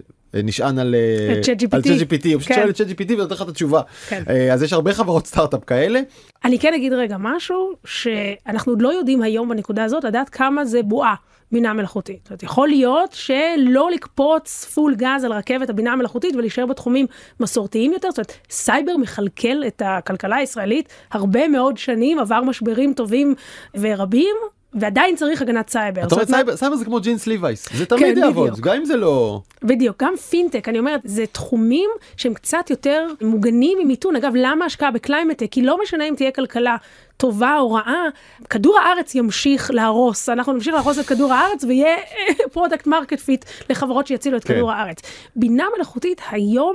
נשען על צ'אט ג'י פי טי, הוא פשוט שואל את צ'אט ג'י פי טי ונותן לך את התשובה. אז יש הרבה חברות סטארט-אפ כאלה. אני כן אגיד רגע משהו, שאנחנו לא יודעים היום בנקודה הזאת, לדעת כמה זה בועה בינה מלאכותית. זאת אומרת, יכול להיות שלא לקפוץ פול גז על רכבת הבינה המלאכותית ולהישאר בתחומים מסורתיים יותר. זאת אומרת, סייבר מחלקל את הכלכלה הישראלית הרבה מאוד שנים, עבר משברים טובים ורבים, ועדיין צריך הגנת סייבר. זאת אומרת, סייבר, סייבר זה כמו ג'ינס ליווייס, זה תמיד יעבוד, גם אם זה לא... בדיוק, גם פינטק, אני אומרת, זה תחומים שהם קצת יותר מוגנים ממיתון. אגב, למה השקעה בקליימטק? כי לא משנה אם תהיה כלכלה טובה או רעה, כדור הארץ ימשיך להרוס, אנחנו נמשיך להרוס את כדור הארץ, ויהיה פרודקט מרקט פיט לחברות שיצילו את כדור הארץ. בינה מלאכותית היום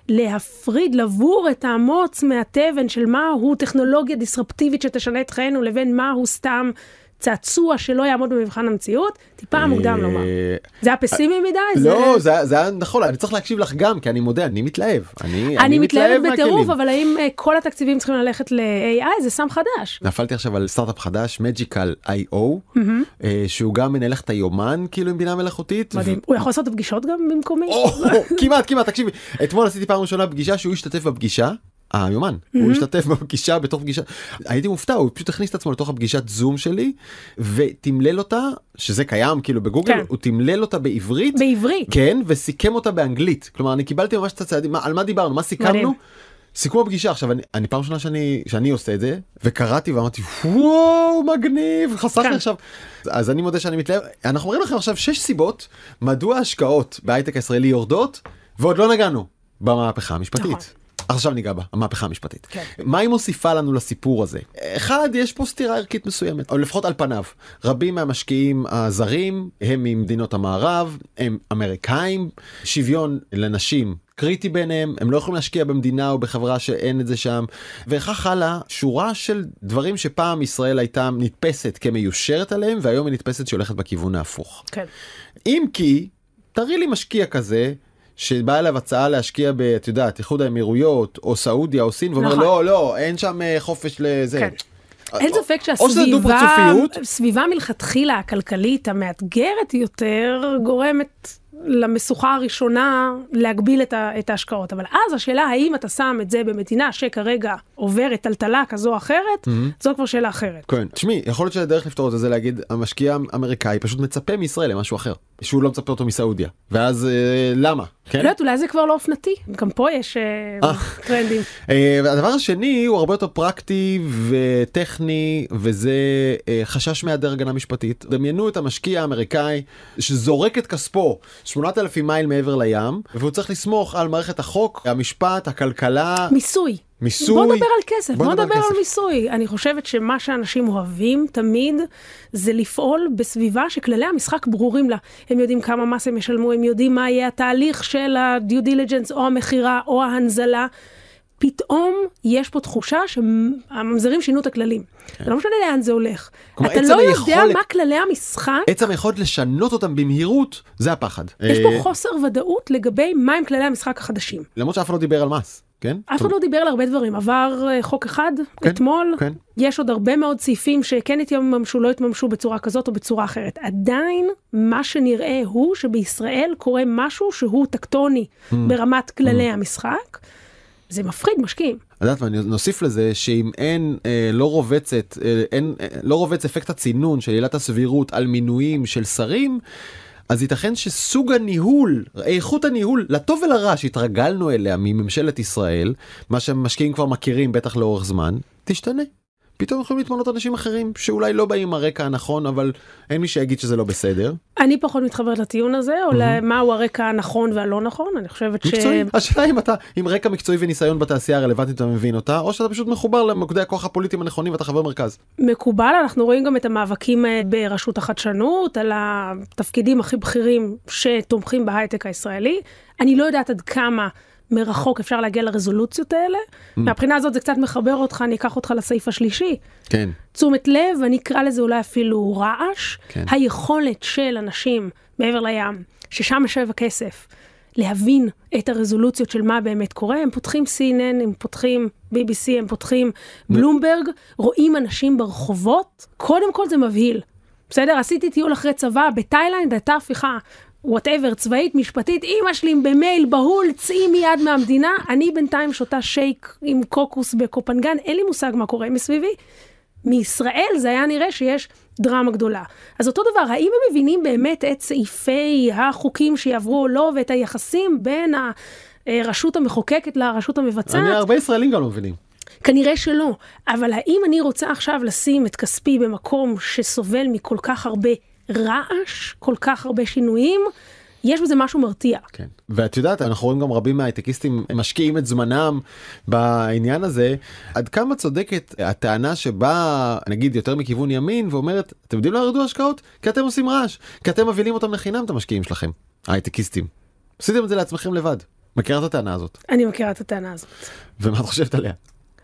להפריד, לבור את המוץ מהטבן של מהו טכנולוגיה דיסרפטיבית שתשנה את חיינו, לבין מהו סתם צעצוע שלא יעמוד במבחן המציאות, טיפה מוקדם לומר. זה היה פסימי מדי? לא, זה היה נכון, אני צריך להקשיב לך גם, כי אני מודה, אני מתלהב. אני מתלהב בטירוף, אבל האם כל התקציבים צריכים ללכת ל-איי איי? זה סם חדש. נפלתי עכשיו על סטארט-אפ חדש, מג'יקל איי או, שהוא גם מנהל את היומן, כאילו עם בינה מלאכותית. מדהים. הוא יכול לעשות פגישות גם במקומי? כמעט, כמעט, תקשיבי. אתמול עשיתי פעם ראשונה פגישה שהוא השתתף בפגישה. היומן, הוא השתתף בפגישה, בתוך פגישה, הייתי מופתע, הוא פשוט הכניס את עצמו לתוך הפגישת זום שלי, ותמלל אותה, שזה קיים כאילו בגוגל, הוא תמלל אותה בעברית, בעברית, כן, וסיכם אותה באנגלית, כלומר אני קיבלתי ממש את הצעדים, על מה דיברנו, מה סיכמנו, סיכום הפגישה. עכשיו אני, אני פעם ראשונה שאני, שאני עושה את זה, וקראתי ואמרתי, וואו, מגניב, חסך לי עכשיו, אז אני מודה שאני מתלהב. אנחנו אומרים לכם עכשיו שש סיבות, מדוע ההשקעות בהייטק הישראלי יורדות, ועוד לא נגענו במהפכה המשפטית. עכשיו ניגע בה, המהפכה המשפטית. כן. מה היא מוסיפה לנו לסיפור הזה? אחד, יש פה סתירה ערכית מסוימת, או לפחות על פניו. רבים מהמשקיעים הזרים הם ממדינות המערב, הם אמריקאים, שוויון לנשים קריטי ביניהם, הם לא יכולים להשקיע במדינה או בחברה שאין את זה שם, וכך הלאה, שורה של דברים שפעם ישראל הייתה נתפסת כמיושרת עליהם, והיום היא נתפסת שהולכת בכיוון ההפוך. כן. אם כי, תראי לי משקיע כזה, שבא אליו הצעה להשקיע ב, את יודעת, איחוד האמירויות, או סעודיה, או סין, ואומר, לא, לא, אין שם חופש לזה. כן. אין ספק שהסביבה מלכתחילה הכלכלית המאתגרת יותר גורמת למשוכה הראשונה להגביל את, ה, את ההשקעות. אבל אז השאלה האם אתה שם את זה במדינה שכרגע עוברת טלטלה כזו או אחרת, mm-hmm. זו כבר שאלה אחרת. כן. תשמעי, יכול להיות שהדרך לפתור את זה, זה להגיד, המשקיע האמריקאי פשוט מצפה מישראל למשהו אחר, שהוא לא מצפה אותו מסעודיה. ואז אה, למה? כן? לא יודעת, אולי זה כבר לא אופנתי. גם פה יש אה, טרנדים. אה, הדבר השני הוא הרבה יותר פרקטי וטכני, וזה אה, חשש מהיעדר הגנה משפטית. דמיינו את המשקיע האמריקאי שזורק את כספו שמונת אלפים מייל מעבר לים, והוא צריך לסמוך על מערכת החוק, המשפט, הכלכלה. מיסוי. מיסוי. בוא נדבר על כסף, בוא, בוא נדבר על, על מיסוי. אני חושבת שמה שאנשים אוהבים תמיד זה לפעול בסביבה שכללי המשחק ברורים לה. הם יודעים כמה מס הם ישלמו, הם יודעים מה יהיה התהליך של ה-due diligence או המחירה או ההנזלה. פתאום יש פה תחושה שהממזרים שינו את הכללים. זה לא משנה לאן זה הולך. אתה לא יודע מה כללי המשחק. עצם היכולת לשנות אותם במהירות, זה הפחד. יש פה חוסר ודאות לגבי מה הם כללי המשחק החדשים. למרות שאף אחד לא דיבר על מס. כן? אף אחד לא דיבר על הרבה דברים. עבר חוק אחד אתמול. יש עוד הרבה מאוד סעיפים שכן התממשו, לא התממשו בצורה כזאת או בצורה אחרת. עדיין מה שנראה הוא שבישראל קורה משהו שהוא טקטוני ברמת כללי המשחק. זה מפחיד משקיעים. יודעת, ואני נוסיף לזה שאם אין, אה, לא רובצת, אה, אין, אה, לא רובץ אפקט הצינון של עילת הסבירות על מינויים של שרים, אז ייתכן שסוג הניהול, איכות הניהול, לטוב ולרע שהתרגלנו אליה מממשלת ישראל, מה שמשקיעים כבר מכירים בטח לאורך זמן, תשתנה. פתאום יכולים להתמנות אנשים אחרים שאולי לא באים הרקע הנכון, אבל אין מי שיגיד שזה לא בסדר. אני פחות מתחברת לטיעון הזה, או למהו הרקע הנכון והלא נכון. אני חושבת ש... מקצועי. השאלה אם אתה עם רקע מקצועי וניסיון בתעשייה הרלוונטית אתה מבין אותה, או שאתה פשוט מחובר למוקדי הכוח הפוליטיים הנכונים ואתה חבר מרכז. מקובל, אנחנו רואים גם את המאבקים ברשות החדשנות, על התפקידים הכי בכירים שתומכים בהייטק הישראלי. אני לא יודעת עד כמה מרחוק אפשר להגיע לרזולוציות האלה. מהבחינה הזאת זה קצת מחבר אותך, אני אקח אותך לסעיף השלישי. כן. תשומת לב, אני אקרא לזה אולי אפילו רעש, כן. היכולת של אנשים מעבר לים, ששם יושב הכסף, להבין את הרזולוציות של מה באמת קורה, הם פותחים סי אן אן, הם פותחים בי בי סי, הם פותחים בלומברג, רואים אנשים ברחובות, קודם כל זה מבהיל. בסדר? עשיתי טיול אחרי צבא בתאילנד, הייתה הפיכה, whatever, צבאית, משפטית, אמא שלי במייל, בהול, צאי מיד מהמדינה, אני בינתיים שותה שייק עם קוקוס בקופנגן, אין לי מושג מה קורה מסביבי. מישראל זה היה נראה שיש דרמה גדולה. אז אותו דבר, האם הם מבינים באמת את סעיפי החוקים שיעברו או לא, ואת היחסים בין הרשות המחוקקת לרשות המבצעת? אני הרבה ישראלים גם לא מבינים. כנראה שלא, אבל האם אני רוצה עכשיו לשים את כספי במקום שסובל מכל כך הרבה רעש, כל כך הרבה שינויים? יש בזה משהו מרתיע. כן. ואת יודעת, אנחנו רואים גם רבים מההייטקיסטים משקיעים את זמנם בעניין הזה. עד כמה צודקת הטענה שבאה, נגיד, יותר מכיוון ימין, ואומרת, אתם יודעים לא ירדו השקעות? כי אתם עושים רעש. כי אתם מבינים אותם לחינם, את המשקיעים שלכם, ההייטקיסטים. עשיתם את זה לעצמכם לבד. מכירה את הטענה הזאת? אני מכירה את הטענה הזאת. ומה את חושבת עליה?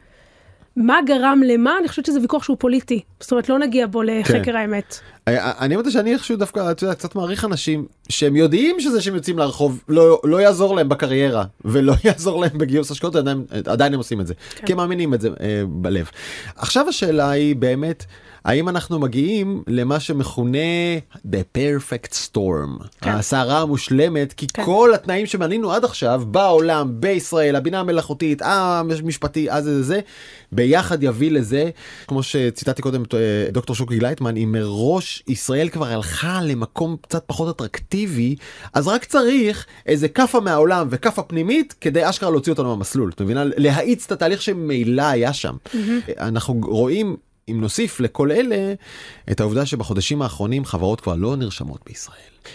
מה גרם למה? אני חושבת שזה ויכוח שהוא פוליטי. זאת אומרת, לא נגיע בו לחקר האמת. אני אומרת שאני איכשהו דווקא, אתה יודע, קצת מעריך אנשים שהם יודעים שזה שהם יוצאים לרחוב, לא יעזור להם בקריירה, ולא יעזור להם בגיוס השקעות, עדיין הם עושים את זה. כי הם מאמינים את זה בלב. עכשיו השאלה היא באמת, האם אנחנו מגיעים למה שמכונה The Perfect Storm, הסערה המושלמת, כי כל התנאים שמנינו עד עכשיו, בעולם, בישראל, הבינה המלאכותית, המשפטי, אז זה זה, ביחד יביא לזה, כמו שציטטתי קודם דוקטור שוקי גלייטמן, אם מראש ישראל כבר הלכה למקום קצת פחות אטרקטיבי, אז רק צריך איזה קפה מהעולם וקפה פנימית, כדי אשכרה להוציא אותנו מהמסלול. אתה מבינה? להאיץ את התהליך שמילא היה שם. אנחנו רואים, אם נוסיף לכל אלה, את העובדה שבחודשים האחרונים חברות כבר לא נרשמות בישראל.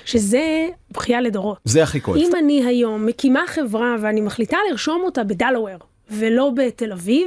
שזה בחייה לדורות. זה הכי כואב. אם אני היום מקימה חברה ואני מחליטה לרשום אותה בדלוור ולא בתל אביב,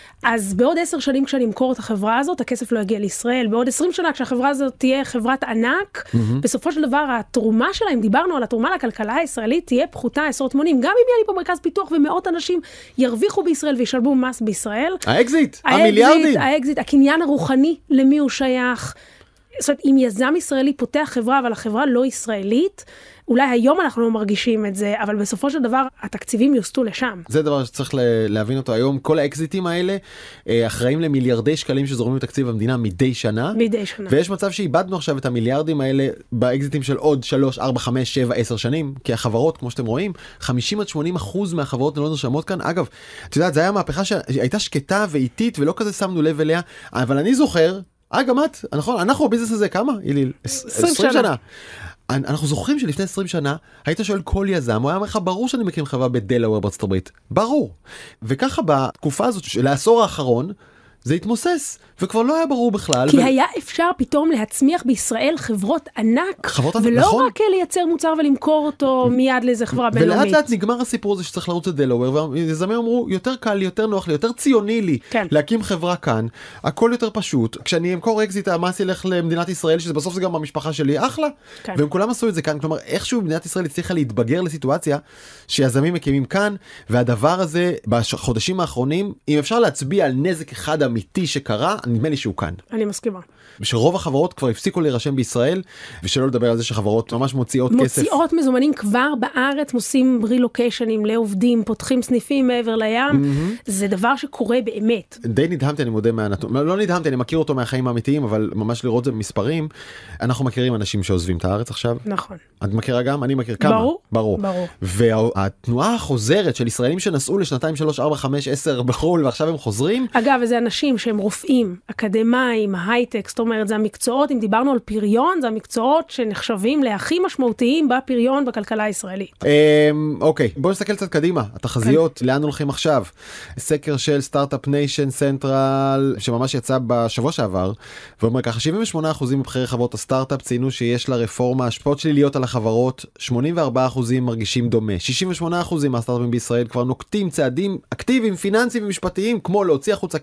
אז בעוד עשר שנים כשאני אמכור את החברה הזאת, הכסף לא יגיע לישראל. בעוד עשרים שנה כשהחברה הזאת תהיה חברת ענק, mm-hmm. בסופו של דבר התרומה שלה, אם דיברנו על התרומה לכלכלה הישראלית, תהיה פחותה עשרות מונים. גם אם יהיה לי פה מרכז פיתוח ומאות אנשים ירוויחו בישראל וישלבו מס בישראל. האקזיט, המיליארדים. האקזיט, הקניין הרוחני, למי הוא שייך. זאת אומרת, אם יזם ישראלי פותח חברה, אבל החברה לא ישראלית, אולי היום אנחנו לא מרגישים את זה, אבל בסופו של דבר התקציבים יוסטו לשם. זה דבר שצריך להבין אותו היום. כל האקזיטים האלה אחראים למיליארדי שקלים שזורמים בתקציב המדינה מדי שנה. מדי שנה. ויש מצב שאיבדנו עכשיו את המיליארדים האלה באקזיטים של עוד שלוש, ארבע, חמש, שבע, עשר שנים, כי החברות, כמו שאתם רואים, חמישים עד שמונים אחוז מהחברות לא נרשמות כאן. אגב, את יודעת, זה היה מהפכה שהייתה שקטה ואיטית ולא כזה שמנו לב אליה, אבל אני זוכר, אה, גם את, נכון, אנחנו בביזנס הזה כמה? איליל, עשרים שנה. אנחנו זוכרים שלפני עשרים שנה, היית שואל כל יזם, הוא היה אומר לך, ברור שאני מקים חברה בדלאוור בארצות הברית. ברור. וככה בתקופה הזאת של העשור האחרון, זה התמוסס, וכבר לא היה ברור בכלל. כי ו... היה אפשר פתאום להצמיח בישראל חברות ענק, חברות ולא נכון. רק לייצר מוצר ולמכור אותו מיד לאיזה חברה בינלאומית. ולאט לאט נגמר הסיפור הזה שצריך לרוץ לדלאוור, ויזמים אמרו, יותר קל לי, יותר נוח לי, יותר ציוני לי, כן. להקים חברה כאן, הכל יותר פשוט. כשאני אמכור אקזיט, המס ילך למדינת ישראל, שזה בסוף זה גם המשפחה שלי, אחלה. כן. והם כולם עשו את זה כאן, כלומר, איכשהו מדינת ישראל הצליחה להתבגר לסיטואציה שיזמים מקימים כאן, והדבר הזה בחודשים האחרונים, אם אפשר להצביע על נזק אחד אמיתי שקרה, נדמה לי שהוא כאן. אני מסכימה. שרוב החברות כבר הפסיקו להירשם בישראל, ושלא לדבר על זה שחברות ממש מוציאות כסף. מוציאות מזומנים כבר בארץ, עושים רילוקיישנים לעובדים, פותחים סניפים מעבר לים, זה דבר שקורה באמת. די נדהמתי, אני מודה מהנתון, לא נדהמתי, אני מכיר אותו מהחיים האמיתיים, אבל ממש לראות זה במספרים, אנחנו מכירים אנשים שעוזבים את הארץ עכשיו. נכון. את מכירה גם? אני מכיר כמה. ברור. ברור. ברור. והתנועה החוזרת של ישראלים שנסעו לשנתיים, שלוש, ארבע, חמש, עשר בחול, ועכשיו הם חוזרים. אגב, וזה אנשים שהם רופאים, אקדמיים, הייטק, זאת אומרת, זה המקצועות, אם דיברנו על פריון, זה המקצועות שנחשבים להכי משמעותיים בפריון בכלכלה הישראלית. אוקיי, בואו נסתכל קצת קדימה. התחזיות, לאן הולכים עכשיו? סקר של סטארט-אפ ניישן סנטרל, שממש יצא בשבוע שעבר, ואומר ככה, שבעים ושמונה אחוז מבכירי חברות הסטארט-אפ ציינו שיש לרפורמה השפעות שליליות על החברות, שמונים וארבעה אחוז מרגישים דומה. שישים ושמונה אחוז מהסטארט-אפים בישראל כבר נוקטים צעדים אקטיביים, פיננסיים ומשפטיים, כמו להוציא החוצה כסף,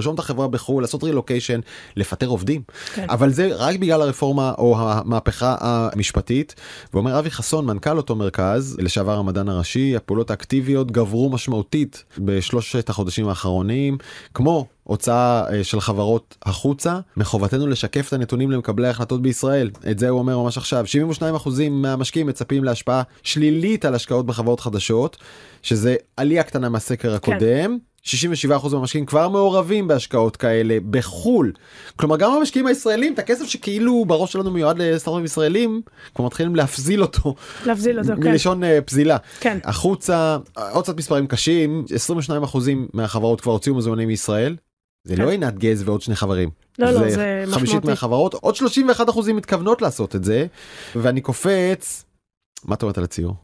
לרשום את החברה בחו"ל, לעשות רילוקיישן, לפטר עובדים. כן. אבל זה רק בגלל הרפורמה או המהפכה המשפטית. ואומר אבי חסון, מנכ"ל אותו מרכז, לשעבר המדען הראשי, הפעולות האקטיביות גברו משמעותית בשלושת החודשים האחרונים, כמו הוצאה של חברות החוצה, מחובתנו לשקף את הנתונים למקבלי ההחלטות בישראל. את זה הוא אומר ממש עכשיו. שבעים ושניים אחוז מהמשקיעים מצפים להשפעה שלילית על השקעות בחברות חדשות, שזה עלייה קטנה מהסקר הקודם. כן. שישים ושבעה אחוז מהמשקיעים כבר מעורבים בהשקעות כאלה בחול. כלומר, גם המשקיעים הישראלים, את הכסף שכאילו בראש שלנו מיועד לסטארט-אפים ישראלים, כבר מתחילים להפזיל אותו. להפזיל אותו, כן. מלשון פזילה. כן. החוצה, עוד קצת מספרים קשים, עשרים ושניים אחוז מהחברות כבר הוציאו מזומנים מישראל. זה לא עינת גז ועוד שני חברים. לא, לא, זה משמעותי. זה חמישית מהחברות. עוד שלושים ואחד אחוז מתכוונות לעשות את זה. ואני קופץ, מה אתה אומרת על הציור?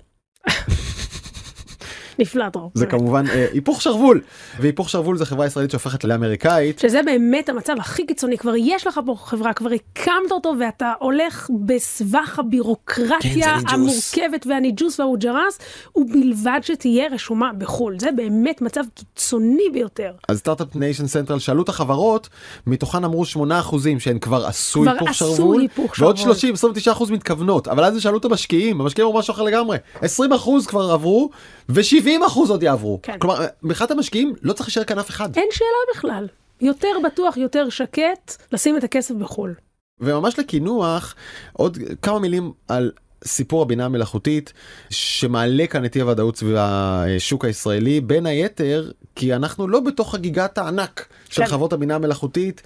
נפלא דרור. זה כמובן היפוך שרוול, והיפוך שרוול זה חברה ישראלית שהופכת לאמריקאית. שזה באמת המצב הכי קיצוני, כבר יש לך פה חברה, כבר הקמת אותו ואתה הולך בסבך הבירוקרטיה המורכבת והניג'וס והאוג'רס, ובלבד שתהיה רשומה בחול. זה באמת מצב קיצוני ביותר. אז סטארט-אפ ניישן סנטרל שאלו את החברות, מתוכן אמרו שמונה אחוזים שהן כבר עשו היפוך שרוול, ועוד שלושים, עשרים ותשעה אחוז מתכוונות, אבל אז שאלו את המשקיעים, המשקיעים אמרו משהו אחר לגמרי. עשרים אחוז כבר עברו, ו-שבעים אחוז עוד יעברו. כן. כלומר, מבחינת המשקיעים לא צריך להישאר כאן אף אחד. אין שאלה בכלל. יותר בטוח, יותר שקט, לשים את הכסף בחול. וממש לכינוח, עוד כמה מילים על סיפור הבינה המלאכותית, שמעלה כאן את אי-הוודאות סביב השוק הישראלי, בין היתר, כי אנחנו לא בתוך חגיגת הענק של כן. חברות הבינה המלאכותית,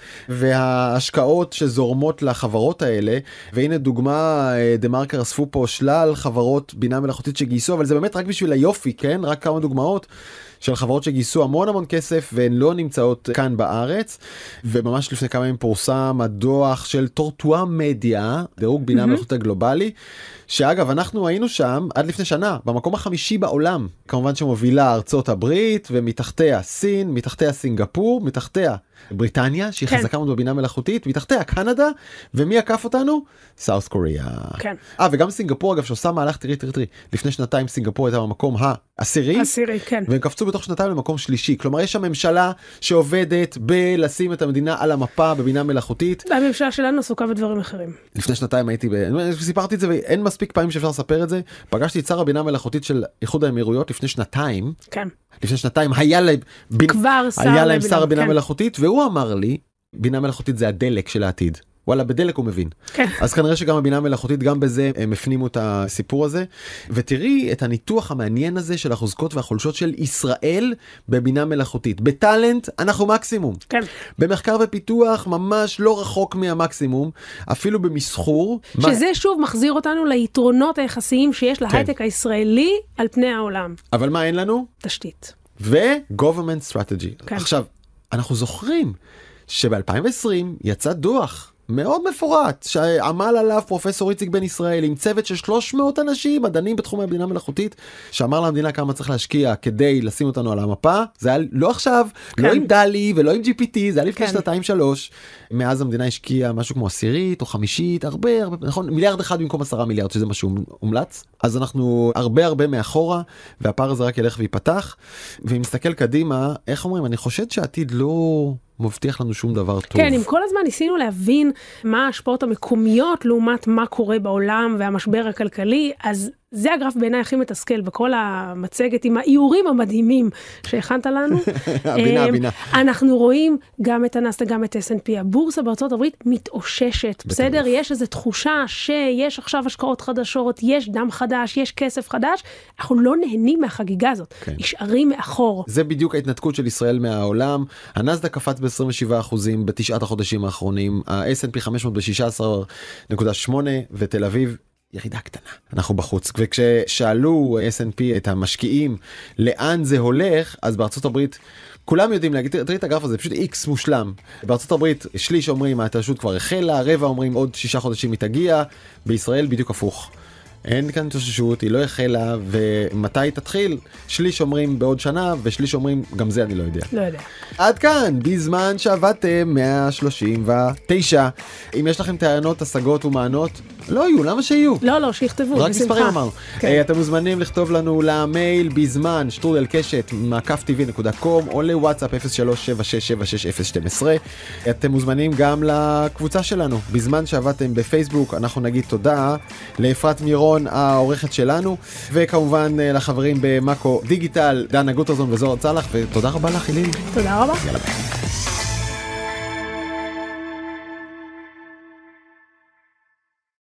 וההשקעות שזורמות לחברות האלה, והנה דוגמה, דה מרקר אספו פה שלל חברות בינה מלאכותית שגייסו, אבל זה באמת רק בשביל היופי, כן? רק כמה דוגמאות. של חברות שגייסו המון המון כסף והן לא נמצאות כאן בארץ, וממש לפני כמה ימים פורסם הדוח של טורטואה מדיה, דירוג בינה מלאכותית הגלובלי, שאגב אנחנו היינו שם עד לפני שנה, במקום החמישי בעולם, כמובן שמובילה ארצות הברית, ומתחתיה סין, מתחתיה סינגפור, מתחתיה בריטניה, שהיא כן. חזקה מאוד בבינה מלאכותית, מתחתיה קנדה, ומי עקף אותנו? סאוס קוריאה. כן. אה, וגם סינגפור, אגב, שעושה מהלך, תראי, תראי, תראי, לפני שנתיים סינגפור הייתה במקום העשירי, עשירי, כן. והם קפצו בתוך שנתיים למקום שלישי. כלומר, יש שם ממשלה שעובדת בלשים את המדינה על המפה בבינה מלאכותית. והממשלה שלנו עסוקה בדברים אחרים. לפני שנתיים הייתי, ב... סיפרתי את זה, ואין מספיק פעמים שאפשר לספר את זה. פגשתי את שר הבינה המלאכותית של איחוד האמירויות לפני שנתיים. כן. לפני שנתיים היה להם, כבר שר היה להם שר הבינה מלאכותית, והוא אמר לי, בינה מלאכותית זה הדלק של העתיד. וואלה, בדלק הוא מבין. כן. אז כנראה שגם הבינה מלאכותית, גם בזה הם הפנימו את הסיפור הזה. ותראי את הניתוח המעניין הזה של החוזקות והחולשות של ישראל בבינה מלאכותית. בטלנט אנחנו מקסימום. כן. במחקר ופיתוח ממש לא רחוק מהמקסימום, אפילו במסחור. שזה מה... שוב מחזיר אותנו ליתרונות היחסיים שיש להייטק כן. הישראלי על פני העולם. אבל מה אין לנו? תשתית. ו-government strategy. כן. עכשיו, אנחנו זוכרים שב-אלפיים ועשרים יצא דוח מאוד מפורט, שעמל עליו פרופסור איציק בן ישראל, עם צוות של שלוש מאות אנשים, מדענים בתחום הבינה מלאכותית, שאמר למדינה כמה צריך להשקיע כדי לשים אותנו על המפה. זה היה לא עכשיו, כן. לא עם דלי ולא עם ג'י פי טי, זה היה לפני כן. שנתיים שלוש. מאז המדינה השקיעה משהו כמו עשירית או חמישית, הרבה, הרבה, נכון, מיליארד אחד במקום עשרה מיליארד, שזה משהו מומלץ. אז אנחנו הרבה הרבה מאחורה, והפער הזה רק ילך ויפתח. ואם נסתכל קדימה, איך אומרים, אני חושד שהעתיד לא... מבטיח לנו שום דבר טוב. כן, אם כל הזמן ניסינו להבין מה ההשפעות המקומיות לעומת מה קורה בעולם והמשבר הכלכלי, אז זה הגרף בעיניי הכי מתסכל בכל המצגת עם האיורים המדהימים שהכנת לנו. הבינה, הבינה. אנחנו רואים גם את הנסדק, גם את אס אנד פי. הבורסה בארצות הברית מתאוששת, בסדר? יש איזו תחושה שיש עכשיו השקעות חדשות, יש דם חדש, יש כסף חדש. אנחנו לא נהנים מהחגיגה הזאת, נשארים מאחור. זה בדיוק ההתנתקות של ישראל מהעולם. הנסדק קפץ ב-עשרים ושבעה אחוזים בתשעת החודשים האחרונים, ה-אס אנד פי חמש מאות ב-שש עשרה נקודה שמונה, ותל אביב ירידה קטנה. אנחנו בחוץ. וכששאלו אס אנד פי את המשקיעים לאן זה הולך, אז בארצות הברית כולם יודעים להגיד, תראי את הגרף הזה, פשוט איקס מושלם. בארצות הברית שליש אומרים ההתאוששות כבר החלה, רבע אומרים עוד שישה חודשים היא תגיע, בישראל בדיוק הפוך. אין כאן התאוששות, היא לא החלה, ומתי היא תתחיל? שליש אומרים בעוד שנה, ושליש אומרים, גם זה אני לא יודע. לא יודע. עד כאן, בזמן שעבדתם מאה שלושים ותשע. אם יש לכם טענות, השגות ומענות, לא יהיו, למה שיהיו? לא, לא, שיכתבו, בשמחה. רק מספרים אמרנו. כן. אתם מוזמנים לכתוב לנו למייל בזמן, שטרודל קשת, מעקף טבעי נקודה קום, או לוואטסאפ אפס שלוש שבע שש שבע שש אפס שתים עשרה. אתם מוזמנים גם לקבוצה שלנו, בזמן שעבדתם בפייסבוק. אנחנו נגיד תודה לאפרת מירון, העורכת שלנו, וכמובן לחברים במאקו דיגיטל, דנה גוטרזון וזוהר צלח, ותודה רבה לך, אילי. תודה רבה. יאללה ביי.